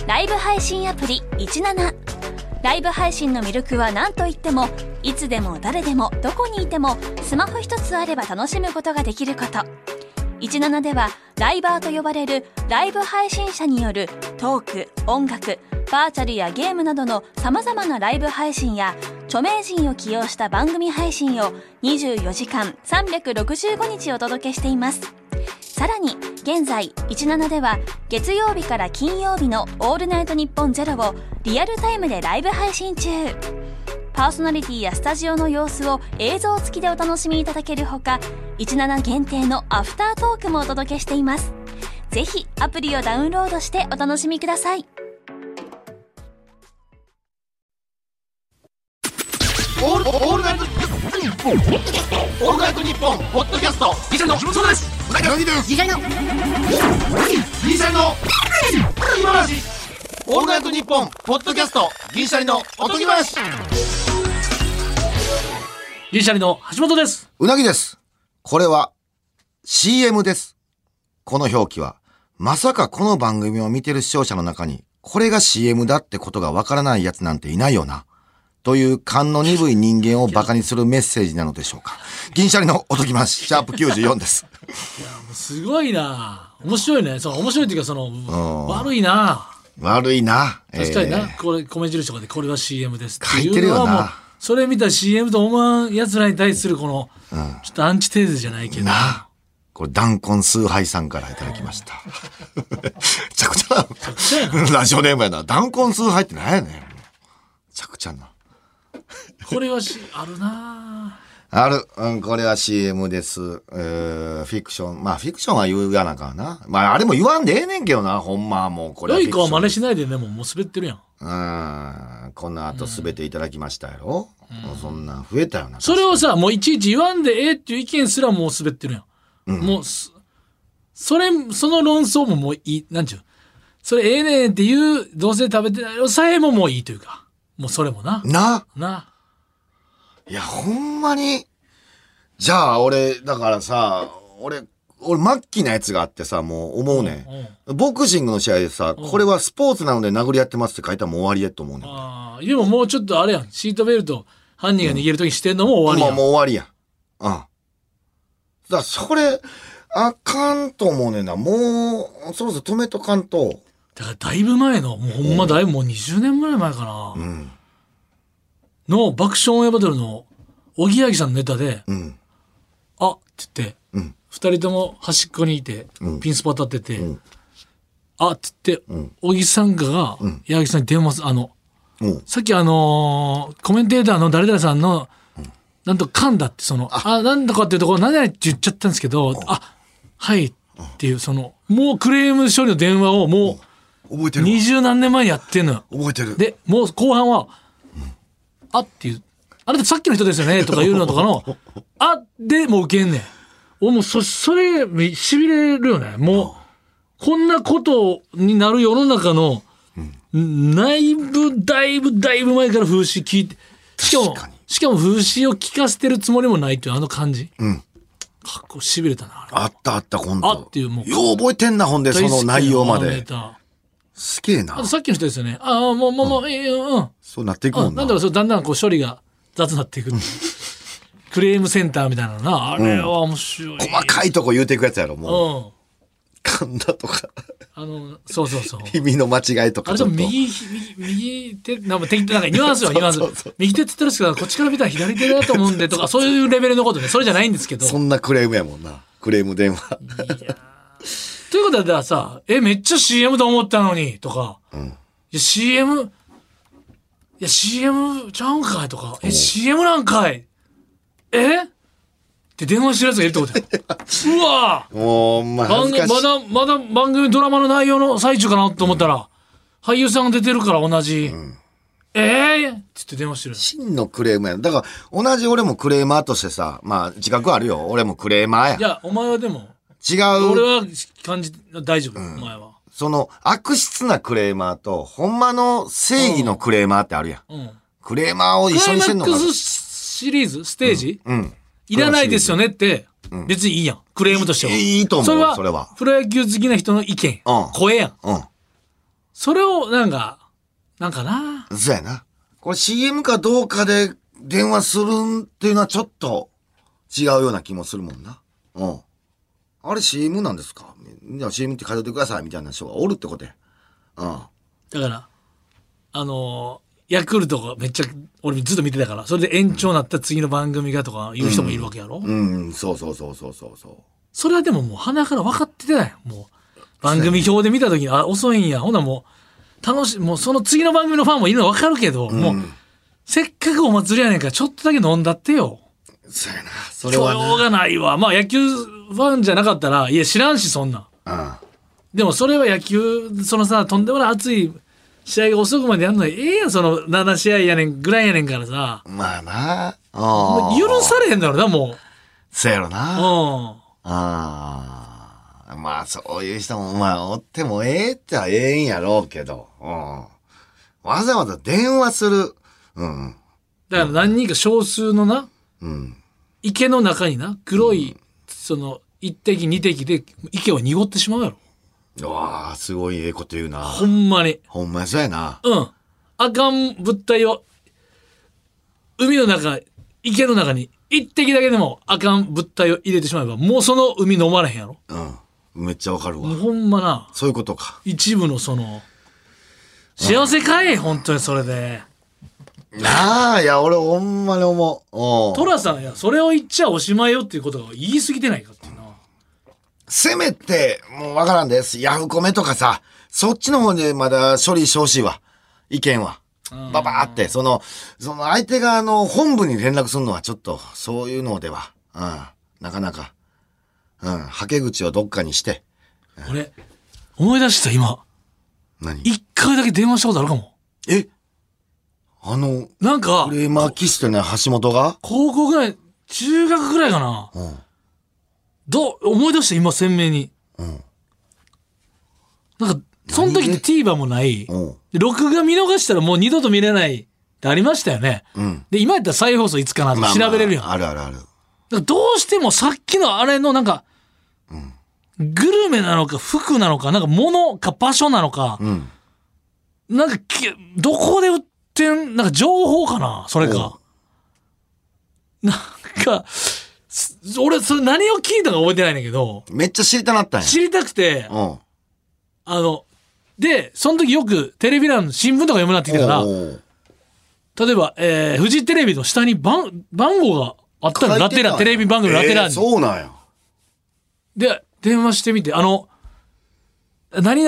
ライブ配信アプリ17。ライブ配信の魅力は何といっても、いつでも誰でもどこにいてもスマホ一つあれば楽しむことができること。17ではライバーと呼ばれるライブ配信者によるトーク、音楽、バーチャルやゲームなどの様々なライブ配信や著名人を起用した番組配信を24時間365日お届けしています。さらに現在17では月曜日から金曜日のオールナイトニッポンゼロをリアルタイムでライブ配信中。パーソナリティやスタジオの様子を映像付きでお楽しみいただけるほか、17限定のアフタートークもお届けしています。ぜひアプリをダウンロードしてお楽しみください。 オールナイトニッポンポッドキャスト、ギシャリのそうです。うなぎです。ギシャリの今話。オールナイトニッポンポッドキャスト、ギシャリのおとぎ話。 ギシャリの橋本です。 うなぎです。これは CM です。この表記はまさかこの番組を見てる視聴者の中にこれが CM だってことがわからないやつなんていないよなという勘の鈍い人間をバカにするメッセージなのでしょうか。銀シャリのおとぎ話シャープ94です。 いやもうすごいな、面白いね。そう面白いっていうかその悪いな。 確かにな、これ米印とかでこれは CM ですって書いいうのはもうてるよな。 それ見た CM と思わん奴らに対するこの、ちょっとアンチテーゼじゃないけどな。これ弾痕崇拝さんからいただきました。めちゃくちゃなラジオネームやな。弾痕崇拝って何やねん。めちゃくちゃな。 これはあるなある、これは CM です。フィクション。まあ、フィクションは言うやなかな。まあ、あれも言わんでええねんけどな、ほんまはもう、これは良い子は真似しないでね、もう滑ってるやん。 この後すべていただきましたやろ。もうそんなん増えたよな。 それをさ、もういちいち言わんでええっていう意見すらもう滑ってるやん。もう、その論争ももういい、なんちゅう。それええねんっていう、どうせ食べてないのさえももういいというか。もうそれもな。 いや、ほんまに。じゃあ、俺、だからさ、俺、末期なやつがあってさ、もう思うねん。ボクシングの試合でさ、これはスポーツなので殴り合ってますって書いたらもう終わりやと思うねん。 でももうちょっとあれやん。シートベルト、犯人が逃げるときしてんのも終わりやん。 もう終わりやん。だからそれ、あかんと思うねんな。もう、そろそろ止めとかんと。 だからだいぶ前の、もうほんまだいぶもう20年ぐらい前かな。の爆笑オンエアバトルの、おぎやはぎさんのネタで、あって言って、二人とも端っこにいて、ピンスポ当たってて、あって言って、おぎさんが、矢作さんに電話す、さっきコメンテーターの誰々さんの、なんと噛んだって、なんだかっていうところ、何々って言っちゃったんですけど、はいっていう、もうクレーム処理の電話をもう、 覚えてる。 20何年前にやってんのよ。 覚えてる。 で、もう後半は、あっていう、あなたさっきの人ですよねとか言うのとかの、あでもう受けんねん。もうそれ、痺れるよね。もう、こんなことになる世の中の、だいぶ前から風刺聞いて、しかも風刺を聞かせてるつもりもないっていうあの感じ。かっこ痺れたな。 あった、ほんと。 あっていう、もう。 よう覚えてんな、ほんで、その内容まで。すげえな。 あとさっきの人ですよね。もう、 そうなっていくもんな。 なんだろう、だんだんこう処理が雑になっていく。クレームセンターみたいなのな。あれは面白い。 細かいとこ言うていくやつやろ、もう。噛んだとか。 そう。 意味の間違いとか。 あれでも右手、なんかニュアンスはニュアンス。右手って言ってるんですけど、こっちから見たら左手だと思うんでとか、そういうレベルのことね。それじゃないんですけど。 そんなクレームやもんな。クレーム電話。 ということでさ、めっちゃ CM と思ったのに、とか、CM ちゃうんかいとか、CM なんかいって電話してるやつがいるってことや。うわもう、まだ番組ドラマの内容の最中かなと思ったら、俳優さんが出てるから同じ。って言って電話してる。 真のクレームや。だから、同じ俺もクレーマーとしてさ、まあ、自覚あるよ。俺もクレーマーや。 いや、お前はでも、 違う。 俺は大丈夫、お前は。 悪質なクレーマーと、ほんまの正義のクレーマーってあるやん。クレーマーを一緒にしてんのか。 クライマックスシリーズ、ステージ、いらないですよねって、別にいいやん。クレームとしては。 いいと思う、 それは。 それは。 プロ野球好きな人の意見。声やん。 それをなんかな。 そうやな。これ CM かどうかで電話するっていうのはちょっと違うような気もするもんな。うん。あれ CM なんですか？じゃあ CM って書いてくださいみたいな人がおるってことや。うん。 だからヤクルトがめっちゃ俺ずっと見てたから、それで延長になった次の番組がとか言う人もいるわけやろ。 そう。 それはでももう鼻から分かってたよ。もう番組表で見た時に遅いんや。ほなもうもうその次の番組のファンもいるの分かるけど、もうせっかくお祭りやねんからちょっとだけ飲んだってよ。 そうやな。それはな。 許容がないわ。まあ野球ファンじゃなかったらいや知らんしそんなん。でもそれは野球そのさとんでもない熱い試合が遅くまでやんのええやん、その7試合やねんぐらいやねんからさ。 まあな。 許されへんだろな、もう。 そうやろな。まあそういう人もまあおってもええっちゃええんやろうけど。わざわざ電話する。 だから何人か少数のな、池の中にな、黒い、その、1滴2滴で池は濁ってしまうやろ。 うわあ、すごいええこと言うな。 ほんまに。 ほんまにそうやな。 あかん物体を、海の中、池の中に1滴だけでもあかん物体を入れてしまえば、もうその海飲まれへんやろ。 めっちゃわかるわ。 もうほんまな。 そういうことか。 一部のその、幸せかい、本当にそれで。 なあ、いや、俺ほんまに思う。 トラさん、いや、それを言っちゃおしまいよっていうことが言い過ぎてないかっていうな。 せめて、もうわからんです。ヤフコメとかさ、そっちの方でまだ処理してほしいわ。意見は。ババーって、その相手側の本部に連絡するのはちょっと、そういうのでは、なかなか、はけ口をどっかにして。 俺、思い出した今。 何？ 一回だけ電話したことあるかも。なんか、 クレーマーキスってね、橋本が高校ぐらい、中学ぐらいかな。思い出した今鮮明に。なんか、その時って TVer もない。録画見逃したらもう二度と見れないってありましたよね。で、今やったら再放送いつかなって調べれるやん。 あるあるある。 だからどうしてもさっきのあれのなんか、グルメなのか服なのか、なんか物か場所なのか、なんかどこで売ってん、なんか情報かなそれか。なんか、俺、それ何を聞いたか覚えてないんだけど。 めっちゃ知りたなったんや。 知りたくて、で、その時よくテレビ欄の新聞とか読むなって言ってから、例えば、フジテレビの下に番号があったの、ラテ欄、テレビ番組のラテ欄に。 そうなんや。 で、電話してみて、何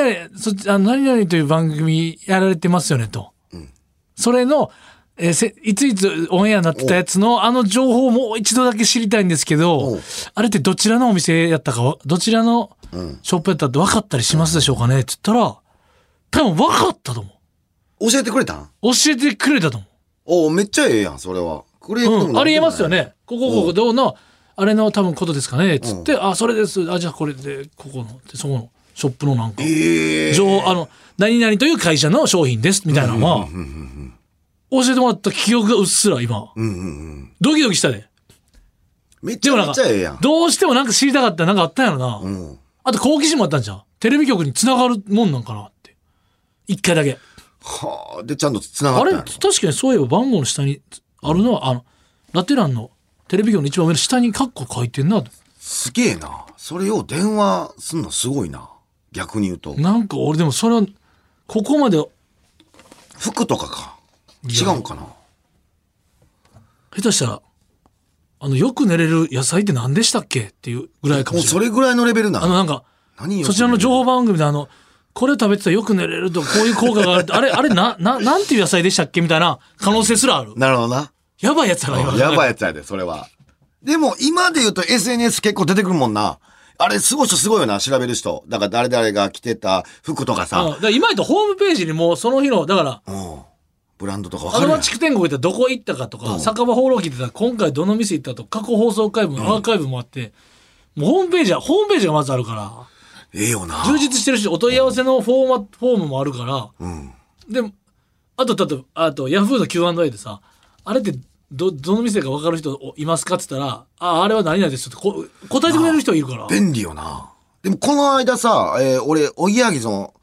々という番組やられてますよねと。それの、いついつオンエアになってたやつの情報をもう一度だけ知りたいんですけど、あれってどちらのお店やったか、どちらのショップやったって分かったりしますでしょうかねって言ったら、多分分かったと思う。 教えてくれたん？ 教えてくれたと思う。 めっちゃええやん、それは。 ありえますよね。ここどうの、あれの多分ことですかねつって、それです。じゃあこれで、ここの、そこのショップのなんか、何々という会社の商品ですみたいなのは、教えてもらった記憶がうっすら今、ドキドキしたで。 めっちゃええやん。 どうしてもなんか知りたかったらなんかあったんやろな。あと好奇心もあったんじゃん。テレビ局に繋がるもんなんかなって。一回だけ。 で、ちゃんと繋がったんやろ。 あれ、確かにそういえば番号の下にあるのは、ラテ欄のテレビ局の一番上の下にカッコ書いてんな。 すげえな。それを電話すんのすごいな。逆に言うと。 なんか俺でもそれは、ここまで。 服とかか。違うんかな。 下手したら、よく寝れる野菜って何でしたっけっていうぐらいかもしれない。 もうそれぐらいのレベルな。 なんか、そちらの情報番組でこれ食べてたらよく寝れるとこういう効果があるって、あれなんていう野菜でしたっけみたいな可能性すらある。 なるほどな。 やばいやつやな、今。 やばいやつやで、それは。でも、今で言うと SNS 結構出てくるもんな。あれ、すごい人すごいよな、調べる人。だから誰々が着てた服とかさ。 だから今やとホームページにもうその日の、だから、 ブランドとか分かるやん。 アドマチック天国行ったらどこ行ったかとか、酒場放浪記って言ったら今回どの店行ったとか、過去放送回分、アーカイブもあって、もうホームページがまずあるから。 ええよな。 充実してるし、お問い合わせのフォームもあるから。でも、あと、ヤフーの Q&A でさ、あれってどの店か分かる人いますかって言ったら、あれは何々ですって答えてくれる人いるから。 便利よな。でもこの間さ、俺、おぎやはぎの、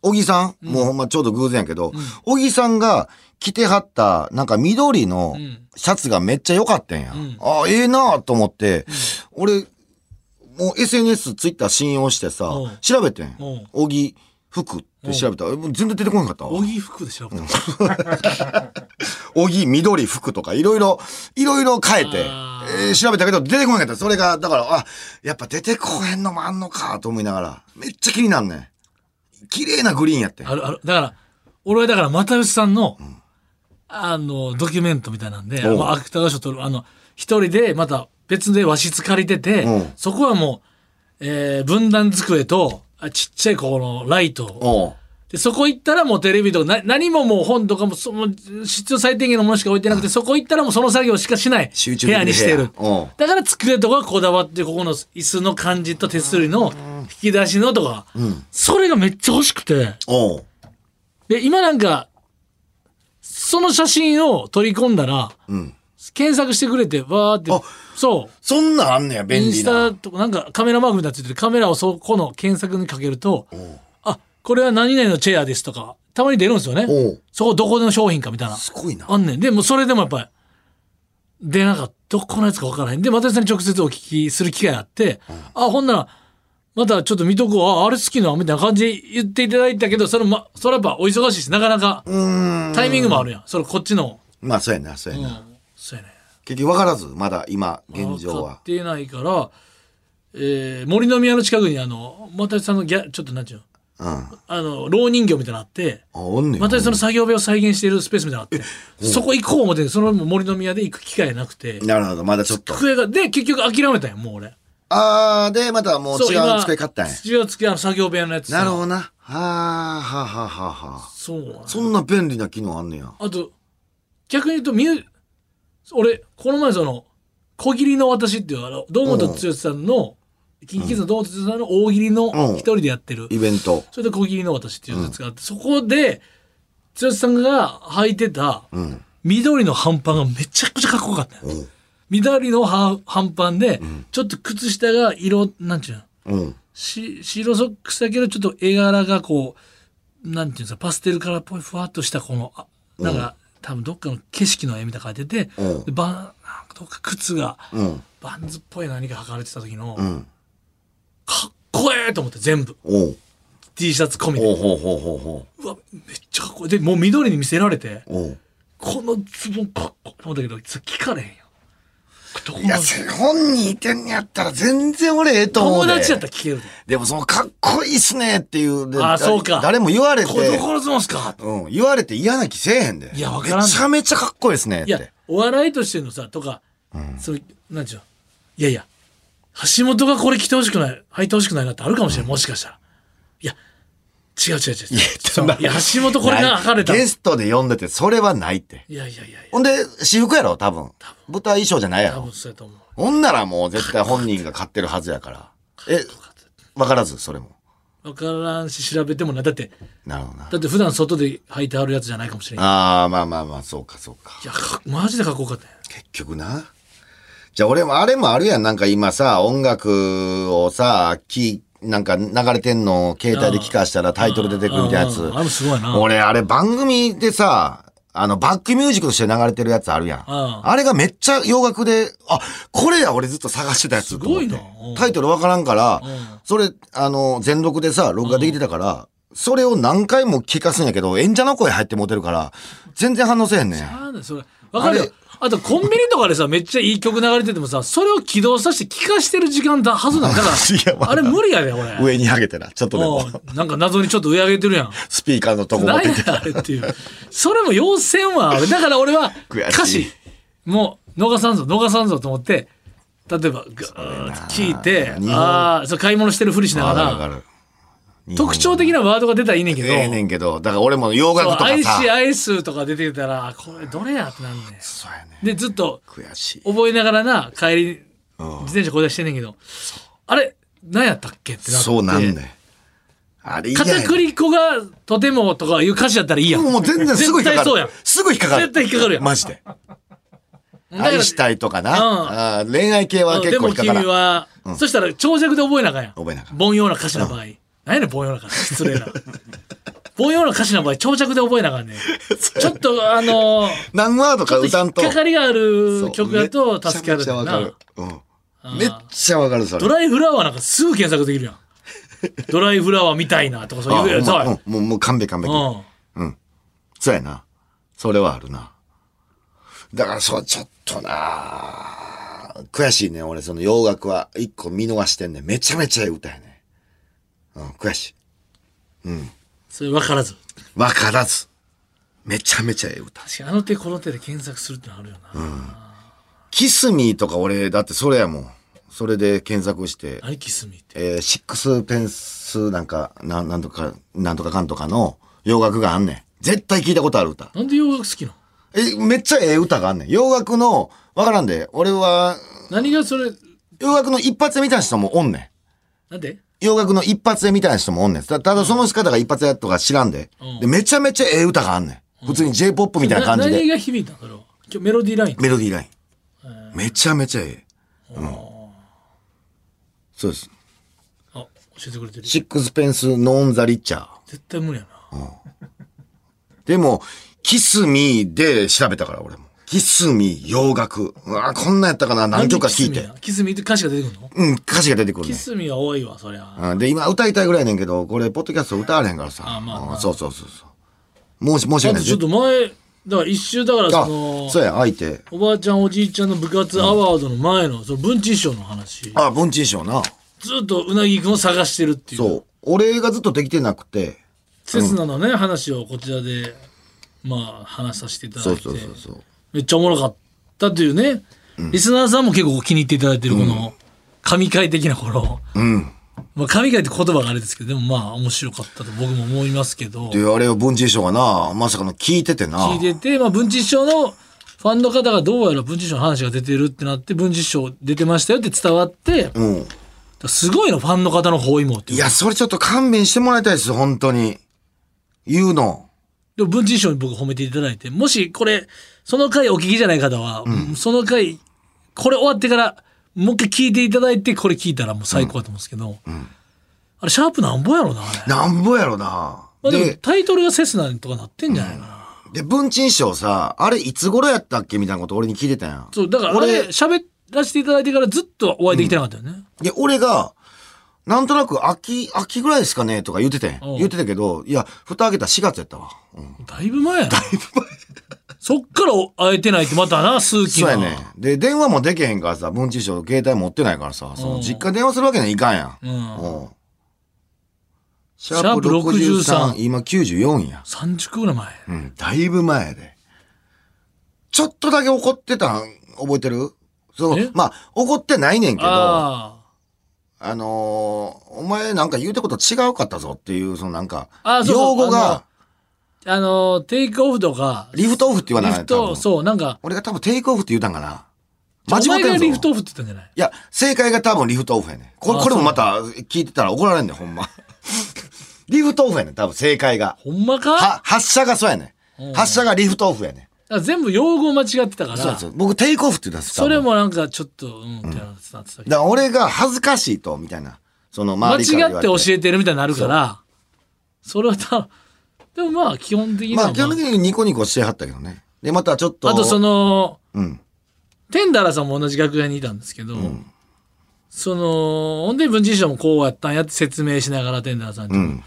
小木さん、もうほんまちょうど偶然やけど、小木さんが着てはった、なんか緑のシャツがめっちゃ良かったんや。あ、ええなと思って、俺、もう SNS、ツイッター信用してさ、調べてん。小木服って調べたら、全然出てこなかったわ。 小木服で調べた。 小木緑服とかいろいろ変えて、調べたけど出てこなかった。それが、だから、あ、やっぱ出てこへんのもあんのかと思いながら、めっちゃ気になんねん。綺麗なグリーンやって。 ある。だから、俺はだから又吉さんの、ドキュメントみたいなんで、芥川賞取る、一人でまた別で和室借りてて、そこはもう、分断机と、ちっちゃいこのライト。で、そこ行ったらもうテレビとか、何ももう本とかも、必要最低限のものしか置いてなくて、そこ行ったらもうその作業しかしない部屋にしてる。だから机とかこだわって、ここの椅子の感じと手すりの引き出しのとか、それがめっちゃ欲しくて。で、今なんか、その写真を取り込んだら、検索してくれて、わーって、そう。 そんなんあんねや、便利な。 インスタとかなんかカメラマークみたいなついてて、カメラをそこの検索にかけると、あ、これは何々のチェアですとか、たまに出るんですよね。そこどこでの商品かみたいな。 すごいな。 あんねん。でもそれでもやっぱり、出なかった。どこのやつか分からへん。で、又吉さんに直接お聞きする機会あって、ほんなら、またちょっと見とこう、あれ好きなみたいな感じで言っていただいたけど、それやっぱお忙しいし、なかなか、タイミングもあるやん。それこっちの。 まあ、そうやな、そうやな。 そうやね。 結局分からず、まだ今、現状は。 分かってないから、森の宮の近くに又吉さんのちょっとなんちゅうの、老人形みたいなのあって、又吉さんの作業部屋を再現しているスペースみたいなのあって、そこ行こう思って、その森の宮で行く機会なくて。 なるほど、まだちょっと。 机が、で、結局諦めたんよ、もう俺。 で、またもう違う机買ったんや。 違う机、作業部屋のやつ。 なるほどな。はそう。 そんな便利な機能あんねや。 あと、逆に言うと、俺、この前小切りの私っていう、堂本剛さんの、キンキキッズの堂本剛さんの大喜利の一人でやってる。 イベント。 それで小切りの私っていうやつがあって、そこで、剛さんが履いてた、緑の半パンがめちゃくちゃかっこよかったよ。緑の半パンで、ちょっと靴下がなんちゅうの、白ソックスだけど、ちょっと絵柄がこう、なんていうんですか、パステルカラーっぽいふわっとしたこの、なんか、多分どっかの景色の絵みたいなの描いてて、でどっか靴が、バンズっぽい何か履かれてた時の、かっこええと思って全部。T シャツ込みで。うわ、めっちゃかっこいい。で、もう緑に見せられて、このズボンかっこいいと思ったけど、聞かれへんよ。 いや、本人いてんやったら全然俺ええと思うで。 友達やったら聞けるで。 でもそのかっこいいっすねっていう。 そうか。 誰も言われて。 これどこのズボンすか言われて嫌な気せえへんで。 いや、わからん。 めちゃめちゃかっこいいっすねって。 いや、お笑いとしてのさ、とか、なんちゅうの。いや、橋本がこれ着てほしくない、履いてほしくないなってあるかもしれん、もしかしたら。いや、違う。いや、橋本これが履かれた。 ゲストで呼んでて、それはないって。 いや。 ほんで、私服やろ、多分。舞台衣装じゃないやろ。 多分そうやと思う。 ほんならもう絶対本人が買ってるはずやから。わからず、それも。 わからんし、調べてもない。だって、 なるほどな。 だって普段外で履いてあるやつじゃないかもしれない。 まあ、そうか。 いや、マジでかっこよかったよ。 結局な。じゃあ俺もあれもあるやん。なんか今さ、音楽をさ、なんか流れてんのを携帯で聞かしたらタイトル出てくるみたいなやつ。 あれすごいな。 俺、あれ番組でさ、バックミュージックとして流れてるやつあるやん。あれがめっちゃ洋楽で、これや俺ずっと探してたやつ。 すごいな。 タイトルわからんから、それ、全録でさ、録画できてたから、それを何回も聞かすんやけど、演者の声入ってモテるから、全然反応せえへんねん。 それ。わかるよ。あとコンビニとかでさ、めっちゃいい曲流れててもさ、それを起動させて聞かしてる時間だはずなんだから、あれ無理やで、俺。 上に上げてな、ちょっとでも。 なんか謎にちょっと上上げてるやん。 スピーカーのとこ持ってきて。 何やあれっていう。それも要せんわ。だから俺は、歌詞、もう逃さんぞと思って、例えば、聞いて、そう買い物してるふりしながら、特徴的なワードが出たらいいねんけど。 だから俺も洋楽とかさ。 アイシアイスとか出てたら、これどれやってなんねん。 そうやね。 で、ずっと、 悔しい。 覚えながらな、帰り、自転車こい出してんねんけど、あれ、何やったっけってなって。 そうなんだよ。あれ片栗粉がとてもとかいう歌詞だったらいいやん。 もう全然すぐ引っかかる。 絶対そうやん。 すぐ引っかかる。 絶対引っかかるやん。 マジで。愛したいとかな。恋愛系は結構引っかかる。 でも君は、そしたら長尺で覚えなあかんやん。 覚えなあかん。 凡庸な歌詞の場合。何やねん、凡庸な歌詞。失礼な。 凡庸な歌詞の場合長尺で覚えながらねちょっと何ワードか歌んと。 引っかかりがある曲だと助けられるな。 めっちゃわかる。めっちゃわかる、それ。 ドライフラワーなんかすぐ検索できるやん。ドライフラワーみたいなとかそういうやつは。 もう完璧。そうやな。それはあるな。だからちょっとな悔しいね。俺その洋楽は一個見逃してんねん。めちゃめちゃええ歌やね。悔しい。 それ分からず。 わからず。めちゃめちゃええ歌。 確かにあの手この手で検索するってのあるよな。 キスミーとか俺、だってそれやもん。それで検索して。 何キスミーって。 シックスペンスなんか、なんとかかんとかの洋楽があんねん。絶対聞いたことある歌。 なんで洋楽好きなの？ めっちゃええ歌があんねん。洋楽の、わからんで。俺は、 何がそれ？ 洋楽の一発目みたいな人もおんねん。 なんで？ 洋楽の一発目みたいな人もおんねん。ただその仕方が一発目とか知らんで。で、めちゃめちゃええ歌があんねん。普通に J-POP みたいな感じで。 何が響いたのそれは？今日メロディーライン。 メロディーライン。めちゃめちゃええ。そうです。 あ、教えてくれてる。 シックスペンスノーンザリッチャー。 絶対無理やな。 でも、キスミーで調べたから俺も。キスミー洋楽。うわこんなんやったかな何曲か聞いて。 キスミーって歌詞が出てくるの？ 歌詞が出てくるね。 キスミーは多いわ、そりゃ。 で、今歌いたいぐらいねんけど、これ、ポッドキャスト歌われへんからさ。そう。申し訳ない。 ちょっと前、だから一周だからそうや、相手。 おばあちゃんおじいちゃんの部活アワードの前の、その文珍師匠の話。 文珍師匠な。 ずっとうなぎくんを探してるっていう。 そう。俺がずっとできてなくて。 セスナのね、話をこちらで、話させていただいて。そう。めっちゃおもろかったというね、リスナーさんも結構気に入っていただいてるこの、神回的なこの、神回って言葉があれですけど、でも面白かったと僕も思いますけど。 で、あれを文珍師匠がな、まさかの聞いててな。 聞いてて、文珍師匠のファンの方がどうやら文珍師匠の話が出てるってなって、文珍師匠出てましたよって伝わって、すごいの、ファンの方の包囲網っていう。 いや、それちょっと勘弁してもらいたいです、本当に。言うの。 でも文珍師匠に僕褒めていただいて、もしこれ、その回お聞きじゃない方は、その回、これ終わってから、もう一回聞いていただいて、これ聞いたらもう最高だと思うんですけど、あれ、シャープなんぼやろな、あれ。 なんぼやろな。 でもタイトルがセスナとかなってんじゃないかな。 で、文珍師匠さ、あれいつ頃やったっけみたいなこと俺に聞いてたやん。 そう、だから俺、喋らせていただいてからずっとお会いできてなかったよね。 で、俺が、なんとなく秋ぐらいですかねとか言ってて。言ってたけど、いや、蓋開けた4月やったわ。 だいぶ前やな。そっから会えてないってまたな、数奇な。 そうやね。で、電話もできへんからさ、文珍師匠携帯持ってないからさ、その実家電話するわけにはいかんやん。シャープ63、今94や。 30ぐらい前。 だいぶ前で。ちょっとだけ怒ってたん、覚えてる？怒ってないねんけど、お前なんか言うてこと違うかったぞっていう、用語が、 テイクオフとか、 リフトオフって言わないリフト、そう、 俺が多分テイクオフって言うたんかな。 間違ってんぞ。お前がリフトオフって言ったんじゃない？ いや、正解が多分リフトオフやねん。これもまた聞いてたら怒られんねん、ほんま。リフトオフやねん、多分正解が。 ほんまか？ 発射がそうやねん。発射がリフトオフやねん。全部用語間違ってたから。 そうです。僕テイクオフって言ったんです。 それもなんかちょっと、ってなってたけど。 だから俺が恥ずかしいと、みたいな。 間違って教えてるみたいになるから、それはでも基本的には。 基本的にニコニコしてはったけどね。で、またちょっと。 あとテンダラーさんも同じ楽屋にいたんですけど、本当に文珍師匠もこうやったんやって説明しながらテンダラーさんに。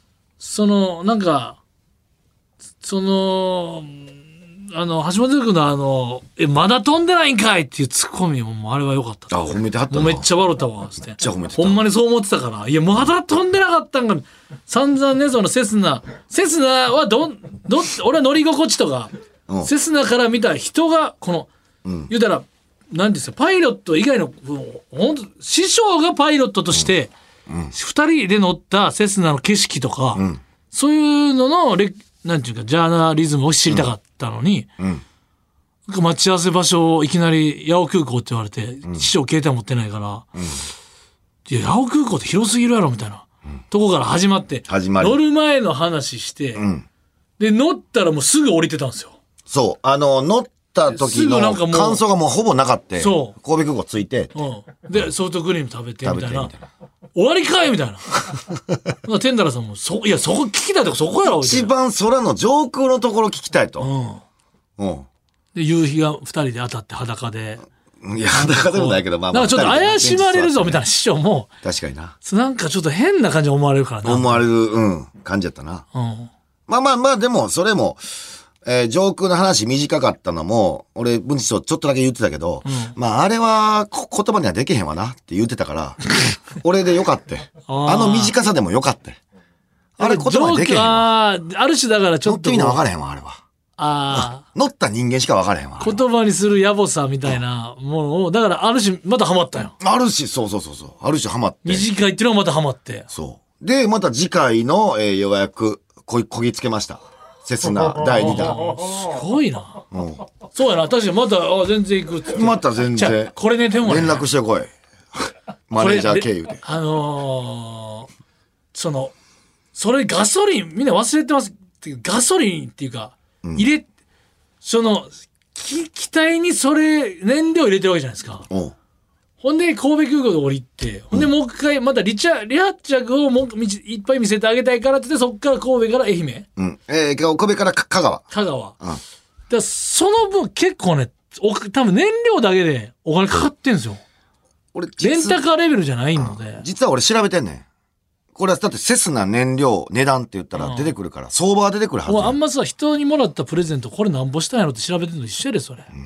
橋本君のまだ飛んでないんかいっていうツッコミもあれは良かった。 褒めてはったな。 もうめっちゃ笑ったわ。めっちゃ褒めてた。 ほんまにそう思ってたから。いや、まだ飛んでなかったんか。散々ね、そのセスナは俺は乗り心地とか、セスナから見た人が、言うたら、なんですか、パイロット以外の、本当師匠がパイロットとして、二人で乗ったセスナの景色とか、そういうののなんていうか、ジャーナリズムを知りたかったのに、待ち合わせ場所をいきなり八尾空港って言われて、師匠携帯持ってないから、いや、八尾空港って広すぎるやろみたいな、とこから始まって、乗る前の話して、で、乗ったらもうすぐ降りてたんですよ。 そう、乗った時の感想がもうほぼなかった。 そう神戸空港着いて、 でソフトクリーム食べてみたいな終わりかいみたいなテンダラーさんもいやそこ聞きたいとこそこやろ一番空の上空のところ聞きたいと、 で夕日が2人で当たって裸で、 いや裸でもないけど、まあまあなんかちょっと怪しまれるぞみたいな師匠も確かにな、 なんかちょっと変な感じに思われるからな、 思われる感じやったな、まあでもそれも上空の話短かったのも、俺、文治師匠ちょっとだけ言ってたけど、まあ、あれは言葉にはできへんわなって言ってたから、俺でよかった。あの短さでもよかった。あれ言葉にできへんわ。 ある種だからちょっと。 乗ってみな分からへんわ、あれは。乗った人間しか分からへんわ。 言葉にする野暮さみたいなものを、だからある種またハマったよ。 ある種、そう。ある種ハマって。 短いっていうのがまたハマって。 そう。で、また次回の、予約、こぎつけました。セスナ第2弾。 すごいな。そうやな。確かにまた全然行くっつって。 また全然。 これね、でも連絡してこい。マネージャー経由で。 それガソリン、みんな忘れてますっていうガソリンっていうか、機体に燃料入れてるわけじゃないですか。ほんで神戸空港で降りて、ほんでもう一回また離発着をいっぱい見せてあげたいからってそっから神戸から愛媛。 神戸から香川。 だその分結構ね、多分燃料だけでお金かかってんですよ。レンタカーレベルじゃないので。 実は俺調べてんねん。これはだってセスナ燃料値段って言ったら出てくるから、相場は出てくるはず。 あんまさ、人にもらったプレゼントこれなんぼしたんやろって調べてるの一緒やで、それ。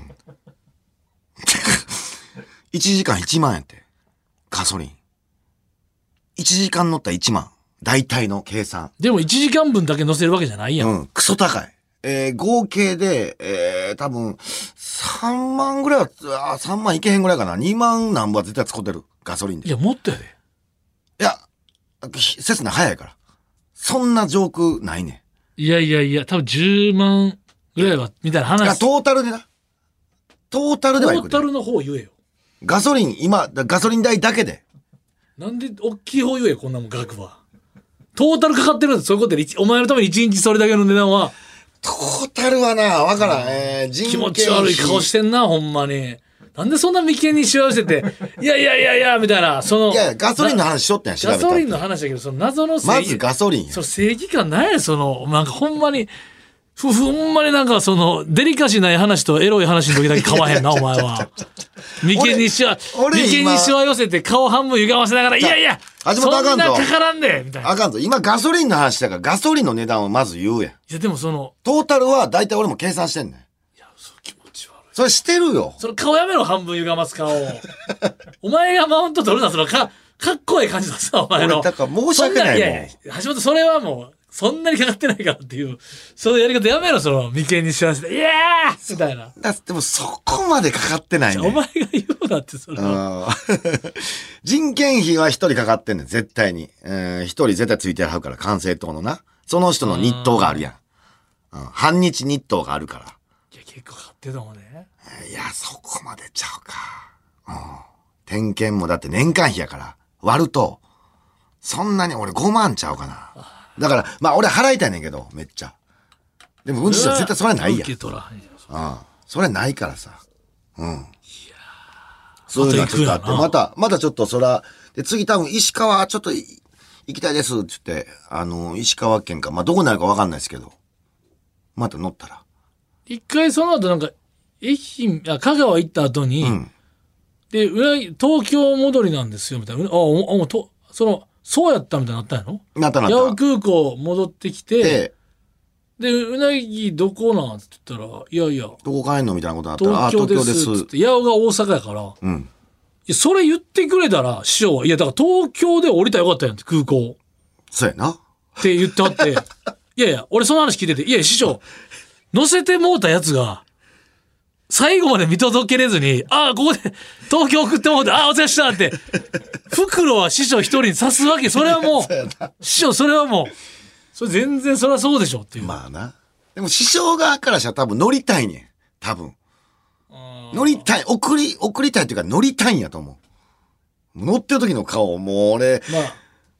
1時間1万円って。ガソリン。1時間乗ったら1万。大体の計算。 でも1時間分だけ乗せるわけじゃないやん。 クソ高い。合計で、多分、3万ぐらいは、3万いけへんぐらいかな。2万何本は絶対使ってる。ガソリンで。 いや、もっとやで。 いや、セスナ早いから。そんな上空ないねん。いや、多分10万ぐらいは、みたいな話。いや、 トータルでな。トータルではいくで。 トータルの方言えよ。 ガソリン代だけで。 なんで、大きい方言え、こんなもん額は。トータルかかってるんです、そういうことで。お前のために1日それだけの値段は。 トータルはな、わからん。 気持ち悪い顔してんな、ほんまに。なんでそんな眉間にしわ寄せて、いや、みたいな、 いや、ガソリンの話しとったんや、調べた。 ガソリンの話だけど、その謎のまずガソリンや。 正義感ないや、なんかほんまに、ほんまになんかデリカシーない話とエロい話の時だけ買わへんな、お前は。眉間にしわ寄せて顔半分歪ませながら、いや、 始まったらあかんぞ。 そんなかからんで、みたいな。 あかんぞ。今ガソリンの話だから、ガソリンの値段をまず言うやん。いや、でもトータルは大体俺も計算してんねん。いや、気持ち悪い。 それしてるよ。 顔やめろ、半分歪ます顔。お前がマウント取るな、かっこいい感じださ、お前の。 だから申し訳ないもん。 いや、橋本、それはもう、そんなにかかってないからっていう、そのやり方やめろ、眉間にしわせて、いやーみたいな。 でもそこまでかかってないね。 お前が言うなって、それは。 人件費は一人かかってんねん、絶対に。一人絶対ついてはるから、管制塔のな。その人の日当があるやん。半日日当があるから。 いや、結構かかってたもんね。 いや、そこまでちゃうか。点検もだって年間費やから、割ると、そんなに俺5万ちゃうかな。だから、まあ俺払いたいねんけど、めっちゃ。でも、うんちは絶対それはないやん。それはないからさ。いやそういうのはちょっとあって、またちょっとで、次多分石川ちょっと行きたいですって言って、石川県か、まあどこになるかわかんないですけど、また乗ったら。一回その後なんか、香川行った後に、で、東京戻りなんですよ、みたいな。そうやったみたいになったんやろ？ なった。 八尾空港戻ってきて、で、うなぎどこなんって言ったら、いや。 どこ帰んのみたいなことになったら、 東京ですって。八尾が大阪やから、いや、それ言ってくれたら、師匠は、いや、だから東京で降りたらよかったやんって、空港。 そうやな。 って言ってはって、いや、俺その話聞いてて、いや、師匠、乗せてもうたやつが、最後まで見届けれずに、ここで東京送ってもうて、お疲れしたって、袋は師匠一人に刺すわけ、それはもう、師匠、それはもう、それ全然それはそうでしょっていう。 まあな。でも師匠側からしたら多分乗りたいねん。多分。乗りたい。送りたいっていうか乗りたいんやと思う。乗ってる時の顔、もう俺、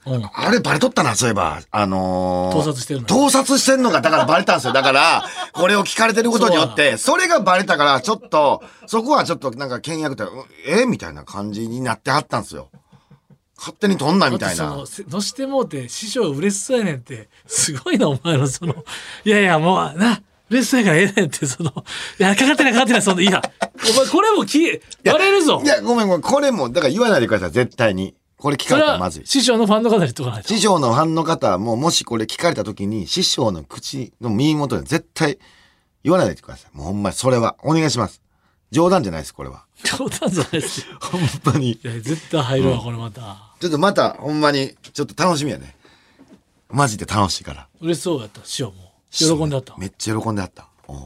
あれバレとったな、そういえば。 盗撮してるの。 盗撮してんのが、だからバレたんですよ。だから、これを聞かれてることによって、それがバレたから、ちょっと、そこはちょっとなんか倹約って、みたいな感じになってはったんですよ。勝手に撮んなみたいな。 のしてもうて、師匠嬉しそうやねんって、すごいな、お前のいやいや、もう、嬉しそうやからええねんって、いや、かかってない、お前、これもバレるぞ。 いや、ごめん、これも、だから言わないでください、絶対に。これ聞かれたらまずい。 師匠のファンの方に言っとかないと。 師匠のファンの方はもう、もしこれ聞かれた時に、師匠の口の耳元で絶対言わないでください。もうほんまに、それは、お願いします。冗談じゃないです、これは。 冗談じゃないですよ。 ほんまに。 いや、絶対入るわ、これまた。 ちょっとまた、ほんまに、ちょっと楽しみやね。マジで楽しいから。 嬉しそうやった、師匠も。喜んであった。 めっちゃ喜んであった。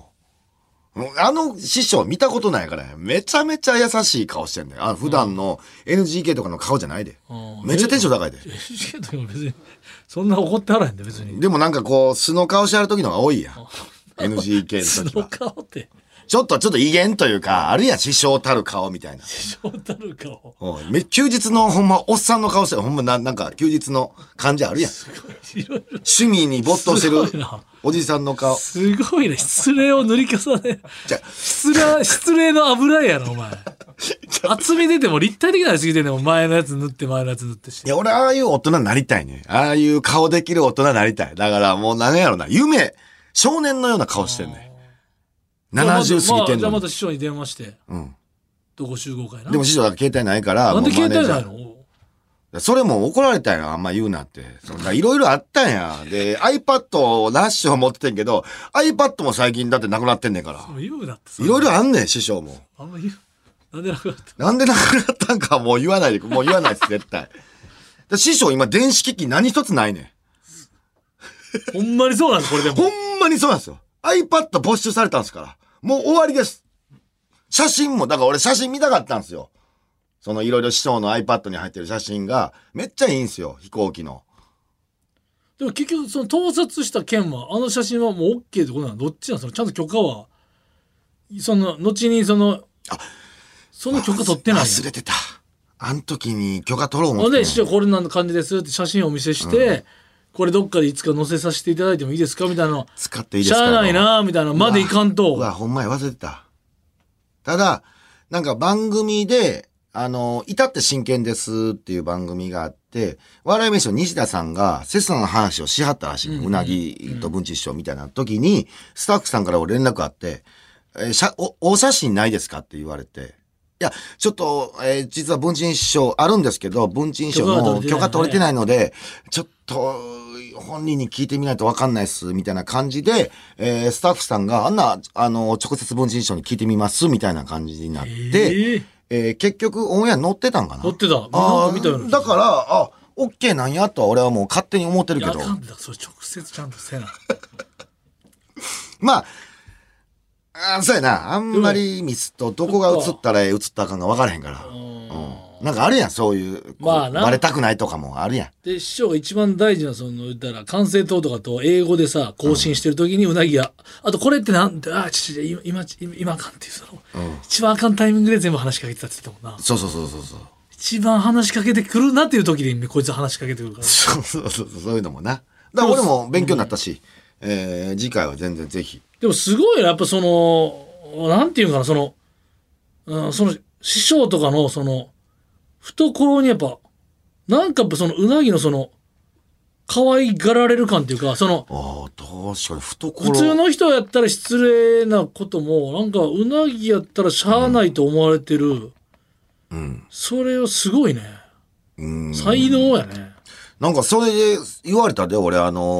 師匠見たことないから、めちゃめちゃ優しい顔してんだよ。普段の NGK とかの顔じゃないで。めっちゃテンション高いで。 NGK とか別に、そんな怒ってはらへんで、別に。 でもなんかこう、素の顔してある時のが多いやん。NGK の時は。 素の顔って。 ちょっと威厳というか、あるやん、師匠たる顔みたいな。 師匠たる顔。 休日のほんま、おっさんの顔してる、ほんまなんか休日の感じあるやん。趣味に没頭してるおじさんの顔。 すごいね。失礼を塗り重ね。失礼の油やろ、お前。厚み出ても立体的なりすぎてんねん。前のやつ塗ってして。 いや、俺ああいう大人になりたいね。ああいう顔できる大人になりたい。だからもう何やろな。少年のような顔してんね。70過ぎてんの。 じゃあまた師匠に電話して。どこ集合会な。 でも師匠は携帯ないから。 なんで携帯ないの？ それも怒られたんや。あんま言うなって。いろいろあったんや。で、iPad ラッシュを持っててんけど、iPad も最近だってなくなってんねんから。 言うなって。 いろいろあんねん、師匠も。 あんま言う。なんでなくなった？ なんでなくなったんかもう言わないで、もう言わないです、絶対。師匠今電子機器何一つないねん。 ほんまにそうなんです、これでも。 ほんまにそうなんですよ。iPad 没収されたんですから。もう終わりです。写真も、だから俺写真見たかったんですよ。そのいろいろ師匠の iPad に入ってる写真が、めっちゃいいんですよ、飛行機の。 でも結局、その盗撮した件は、あの写真はもう OK ってことなの？どっちなんですか？ちゃんと許可は、後にその許可取ってない。 忘れてた。あの時に許可取ろう思って。 で、師匠これなん感じですって写真をお見せして、これどっかでいつか載せさせていただいてもいいですかみたいなの。 使っていいですか？ しゃあないなみたいなまでいかんと。 ほんまに忘れてた。ただ、なんか番組で、至って真剣ですっていう番組があって、笑い飯の西田さんが切磋の話をしはったらしい、うなぎと文治師匠みたいな時に、スタッフさんから連絡あって、お写真ないですかって言われて、いや、ちょっと、実は文鎮師匠あるんですけど、文鎮師匠も許可取れてないので、ちょっと、本人に聞いてみないと分かんないっす、みたいな感じで、スタッフさんが、直接文鎮師匠に聞いてみます、みたいな感じになって、結局、オンエア載ってたんかな？ 載ってた。見たよだから、OK なんやとは俺はもう勝手に思ってるけど。 いや、あかんで、それ直接ちゃんとせな。 まあ、そうやな。あんまりミスとどこが映ったら映ったらあかんが分からへんから。なんかあるやん、そういう。バレたくないとかもあるやん。 で、師匠が一番大事な、言ったら、管制塔とかと英語でさ、更新してる時にうなぎが、あとこれってなんて、今あかんっていう、一番あかんタイミングで全部話しかけてたって言ってたもんな。 そう。 一番話しかけてくるなっていう時に、こいつ話しかけてくるから。 そういうのもな。だから俺も勉強になったし、次回は全然ぜひ。 でもすごいな、やっぱなんていうかな、師匠とかの懐にやっぱ、なんかうなぎの可愛がられる感っていうか、 確かに懐。 普通の人やったら失礼なことも、なんかうなぎやったらしゃあないと思われてる。それはすごいね。才能やね。 なんかそれで言われたで、俺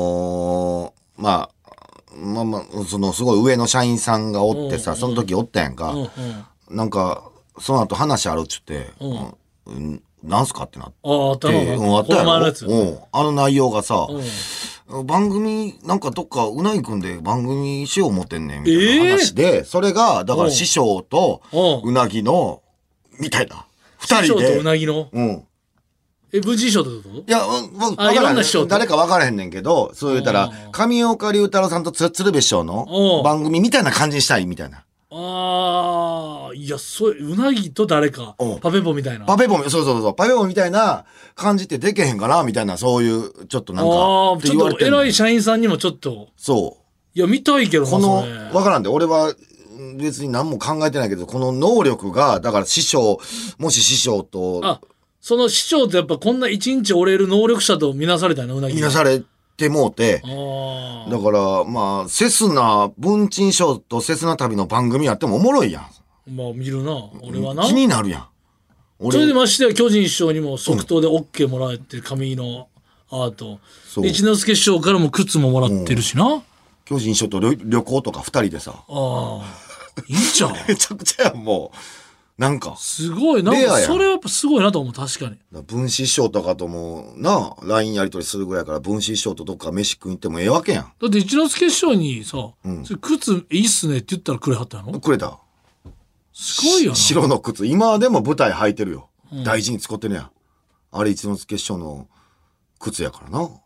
すごい上の社員さんがおってさ、その時おったやんか。なんか、その後話あるっちゅって、なんすかってなって。 あったの？ あったやろ。あの内容がさ、番組、なんかどっかうなぎくんで番組しよう思ってんねん、みたいな話で、それが、だから師匠とうなぎの、みたいな。二人で。 師匠とうなぎの？文治師匠ってこと？ いや、いろんな師匠。誰か分からへんねんけど、そう言ったら、上岡龍太郎さんと鶴瓶師匠の番組みたいな感じにしたいみたいな。 いや、うなぎと誰か、パペポみたいな。 パペポみたいな感じってでけへんかなみたいな、そういう、ちょっとなんか。 ちょっと偉い社員さんにもちょっと。 そう。 いや、見たいけどな、 わからんで、俺は別に何も考えてないけど、この能力が、だからもし師匠と。 その師匠ってやっぱこんな一日折れる能力者と見なされたよな、うなぎ。 見なされてもうて。だから、まあ、文鎮賞とセスナ旅の番組やってもおもろいやん。 まあ、見るな。俺はな。 気になるやん。 それでましてや巨人師匠にも即答で OK もらえて、紙のアート。一之輔師匠からも靴ももらってるしな。 巨人師匠と旅行とか2人でさ。 いいじゃん。 めちゃくちゃやん、もう。なんか。 すごい。なんか、それはやっぱすごいなと思う、確かに。 文枝師匠とかとも、LINE やり取りするぐらいから文枝師匠とどっか飯食いに行ってもええわけやん。 だって一之輔師匠にさ、靴いいっすねって言ったらくれはったの？ くれた。 すごいよな。 白の靴。今でも舞台履いてるよ。大事に使ってるやん。あれ一之輔師匠の靴やからな。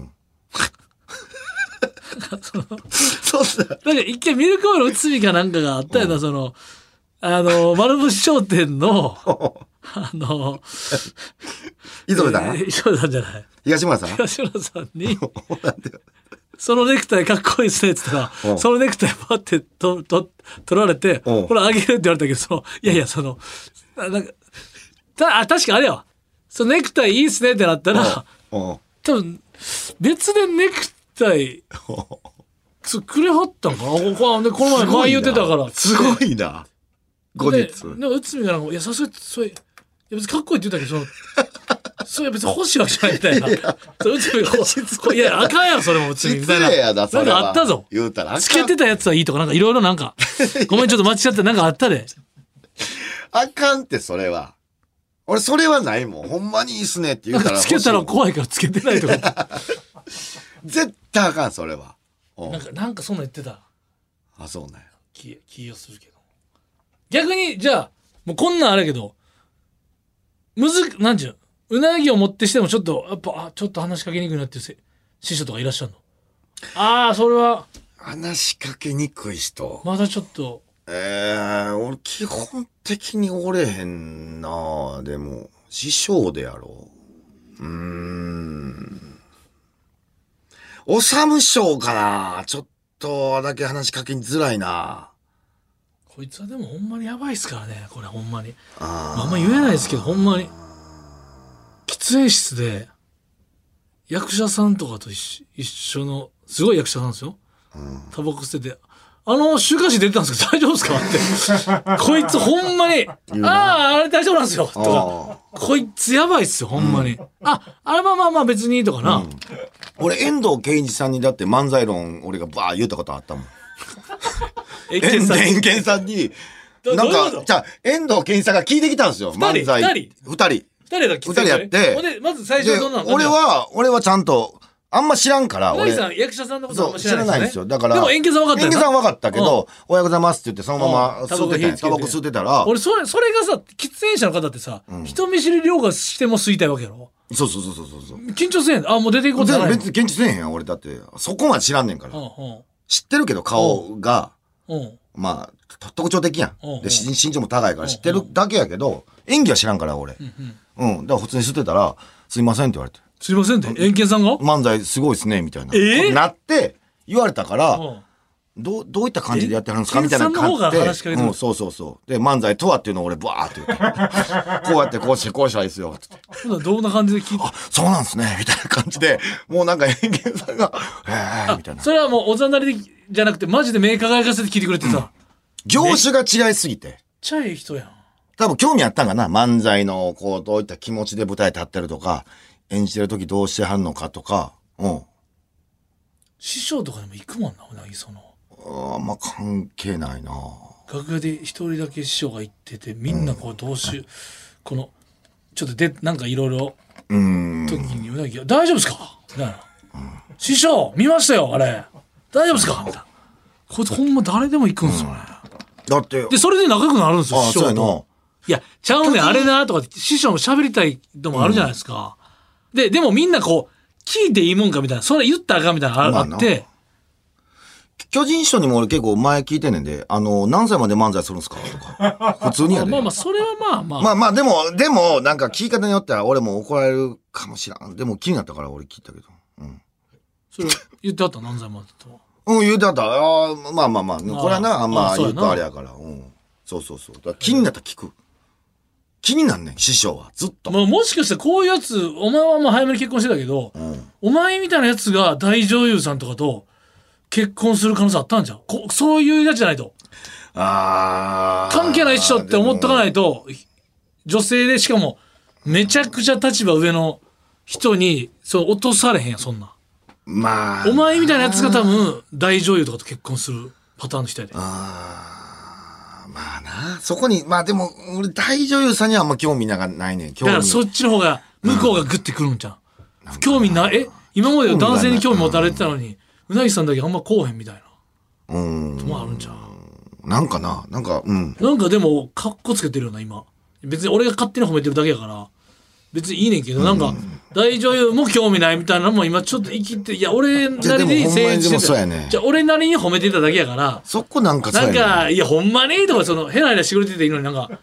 そうだ。なんか一回ミルクオイル内海かなんかがあったよな、丸星商店の、 磯部さん磯部さんじゃない。 東村さんに、そのネクタイかっこいいですねって言ったら、そのネクタイパって取られて、これあげるって言われたけど、なんか、確かあれやわ。そのネクタイいいっすねってなったら、多分、別でネクタイ、くれはったんかな。この前言ってたから。 すごいな。後日。 でも内海がなんか、いや、さすがに、それ、いや別にかっこいいって言ったけど、それ別に欲しいわけじゃないみたいな。内海が、いや、あかんやん、それも内海みたいな。なんかあったぞ。 言うたらつけてたやつはいいとか、なんかいろいろなんか、ごめんちょっと間違ってなんかあったで。 あかんって、それは。俺、それはないもん。ほんまにいいっすねって言うたら。 つけたら怖いからつけてないとか。 絶対あかん、それは。 なんかそんなん言ってた。 あ、そうね。 気がするけど。逆に、じゃあ、もうこんなんあれやけど、なんちゅうなぎを持ってしてもちょっと、やっぱ、ちょっと話しかけにくいなっていう師匠とかいらっしゃるの？それは。 話しかけにくい人。 まだちょっと。 俺基本的におれへんな。でも、師匠でやろう。おさむ師匠かな。ちょっとだけ話しかけにづらいな。 こいつはでもほんまにやばいっすからね、これほんまに。あんま言えないですけど、ほんまに。喫煙室で、役者さんとかと一緒の、すごい役者さんですよ。タバコ吸ってて、週刊誌出てたんですけど大丈夫ですかって。こいつほんまに、あれ大丈夫なんですよ。とか、こいつやばいっすよ、ほんまに。あれまあ別にとかな。 俺、遠藤憲一さんにだって漫才論、俺がバー言ったことあったもん。遠健さんに、なんか、じゃあ、遠藤憲一さんが聞いてきたんですよ。漫才。二人やって。 まず最初どんなの？ 俺はちゃんと、あんま知らんから。 俺さん、役者さんのことあんま知らないんですよ。 だから。 でも、遠健さん分かったよ。 遠健さん分かったけど、おはようございますって言って、そのままタバコ吸ってたら。 俺、それがさ、喫煙者の方ってさ、人見知り量がしても吸いたいわけやろ？ そう。 緊張せえへん。もう出ていこうってない。 別に緊張せえへんやん、俺だって。そこまで知らんねんから。知ってるけど、顔が、まあ、特徴的やん。で、身長も高いから知ってるだけやけど、演技は知らんから、俺。だから普通に吸ってたら、すいませんって言われて。 すいませんって遠健さんが漫才すごいっすねみたいな、なって言われたから、どういった感じでやってはるんですかみたいな感じで、そうで漫才とはっていうのを俺バーって言ってこうやってこうしたらいいですよってどんな感じで聞いて、 そうなんですねみたいな感じで、もうなんか遠健さんがみたいな。 それはもうおざなりじゃなくてマジで目輝かせて聞いてくれてさ、 業種が違いすぎて、めっちゃいい人やん。 多分興味あったんかな、漫才のこうどういった気持ちで舞台立ってるとか、演じてる時どうしてはんのかとか。 師匠とかでも行くもんな、うなぎその。 あんま関係ないな。 楽屋で一人だけ師匠が行ってて、みんなこうどうしよう、このちょっとなんかいろいろ時にうなぎが大丈夫ですかみたいな、師匠見ましたよあれ大丈夫ですかみたいな。こいつほんま誰でも行くんですよね。 だってでそれで仲良くなるんですよ、師匠と。いやちゃうねんあれなとか師匠も喋りたいのもあるじゃないですか。でもみんなこう聞いていいもんかみたいな、それ言ったらあかんみたいなのあって、 巨人師匠にも俺結構前聞いてんねんで、何歳まで漫才するんすかとか。普通にやで。 まあそれはまあまあ。 まあまあ、でも、なんか聞き方によっては俺も怒られるかもしらん。でも気になったから俺聞いたけど。うん。 それ言ってあった何歳までと。 言うてあった。まあ。これはな、言うとあれやから。うん。そう。だから気になったら聞く。気になんねん、師匠は。ずっと。 もしかしたらこういうやつ、お前はもう早めに結婚してたけど、お前みたいなやつが大女優さんとかと結婚する可能性あったんじゃん。そういうやつじゃないと。関係ないっしょって思っとかないと、女性でしかもめちゃくちゃ立場上の人にそう落とされへんやん、そんな。 まあ。 お前みたいなやつが多分大女優とかと結婚するパターンの人やで。 まあな。そこに、まあでも、俺大女優さんにはあんま興味ないねん。 だからそっちの方が、向こうがグッてくるんじゃん。興味ない、今まで男性に興味持たれてたのに、うなぎさんだけあんまこうへんみたいな。ともあるんちゃう。 なんかな、なんかでも、カッコつけてるよな、今。別に俺が勝手に褒めてるだけやから、別にいいねんけど、なんか、大女優も興味ないみたいなのも今ちょっと生きて、いや、俺なりに成立してた。じゃあ俺なりに褒めてただけやから、 そこなんかそうやね。 なんか、いや、ほんまにとか、変な間してくれてていいのになんか、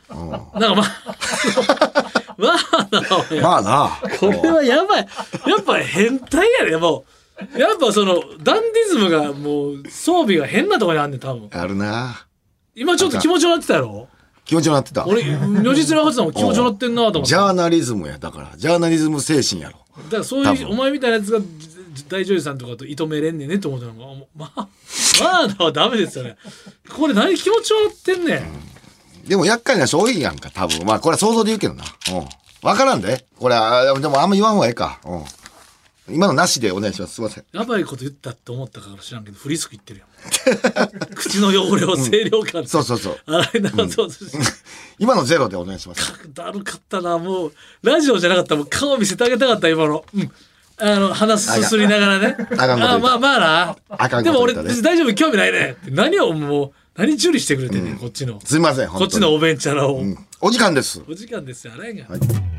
まあな。これはやばい。やっぱ変態やね、もう。やっぱダンディズムがもう、装備が変なとこにあんねん、多分。 あるな。 今ちょっと気持ちよなってたやろ？ 気持ちよなってた。 俺、如実に分かってたもん、気持ちよなってんなと思って。 ジャーナリズムや、だから。ジャーナリズム精神やろ。 だからそういう、お前みたいなやつが大女優さんとかと射止めれんねんねって思ったのが、まあはダメですよね。これ何気持ちよなってんねん。 でも厄介な人多いやんか、多分。まあこれは想像で言うけどな。わからんで。これは、でもあんま言わんほうがええか。今のなしでお願いします。すいません。 やばいこと言ったって思ったから知らんけど、フリスク言ってるやん。口の汚れを清涼感で、 そう。 洗い流そうとして。 今のゼロでお願いします。 だるかったな、もう。ラジオじゃなかったらもう顔見せてあげたかった、今の。鼻すすりながらね。まあな。でも俺、大丈夫、興味ないね。何をもう、何注意してくれてんねん、こっちの。 すいません、 こっちのおべんちゃらを。 お時間です。 お時間ですよ、あれが。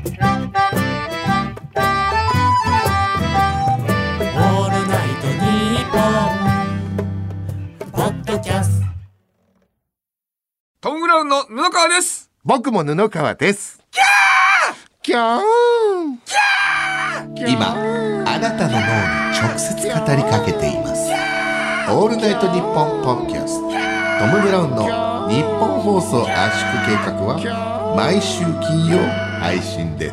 トム・ブラウンの布川です。 僕も布川です。キャー今あなたの脳に直接語りかけています。オールナイトニッポンポッドキャスト、トム・ブラウンの日本放送圧縮計画は毎週金曜配信です。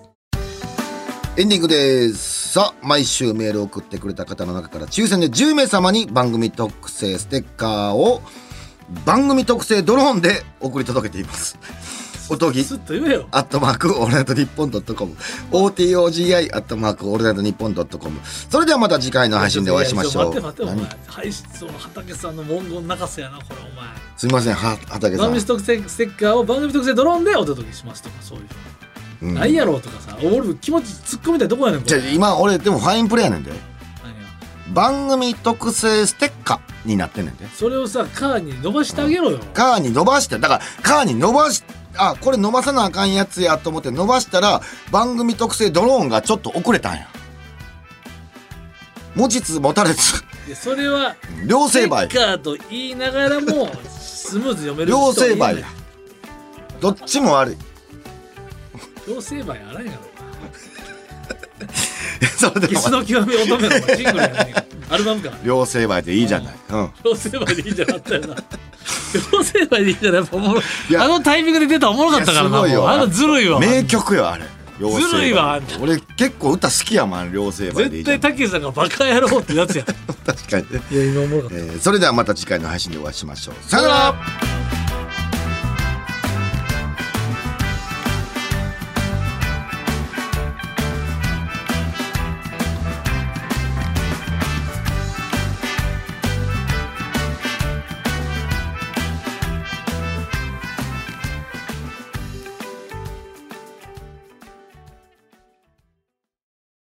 エンディングです。さあ、毎週メールを送ってくれた方の中から抽選で10名様に番組特製ステッカーを番組特製ドローンで送り届けています。おとぎずっと言えよ。 オールナイトニッポン.com OTOGIオールナイトニッポン.com。それではまた次回の配信でお会いしましょう。 待てお前。配信の畑さんの文言泣かせやな、これお前。 すみません、畑さん。 番組特製ステッカーを番組特製ドローンでお届けしますとか、そういう。ないやろうとかさ、俺気持ち突っ込みたいとこやねん。 じゃあ今俺でもファインプレーやねんで。番組特製ステッカーになってんねんで。 それをさ、カーに伸ばしてあげろよ。 カーに伸ばして、だからカーに伸ばし、これ伸ばさなあかんやつやと思って伸ばしたら番組特製ドローンがちょっと遅れたんや。持ちつ持たれつ。 それは両成敗。 ステッカーと言いながらもスムーズ読める人両成敗や。どっちも悪い。 両成敗あらんやろ。 それでキスの極み乙女のシングルやねん。アルバムか。 両成敗でいいじゃない。 両成敗でいいじゃなかったよな。両成敗でいいじゃない。あのタイミングで出たらおもろかったからな。すごいよ。ずるいわ。 名曲よあれ。 ずるいわ。 俺結構歌好きやもん、両成敗でいいじゃん。 絶対たけしさんがバカ野郎ってやつや。 確かにね。 いや今おもろかった。 それではまた次回の配信でお会いしましょう。さよなら。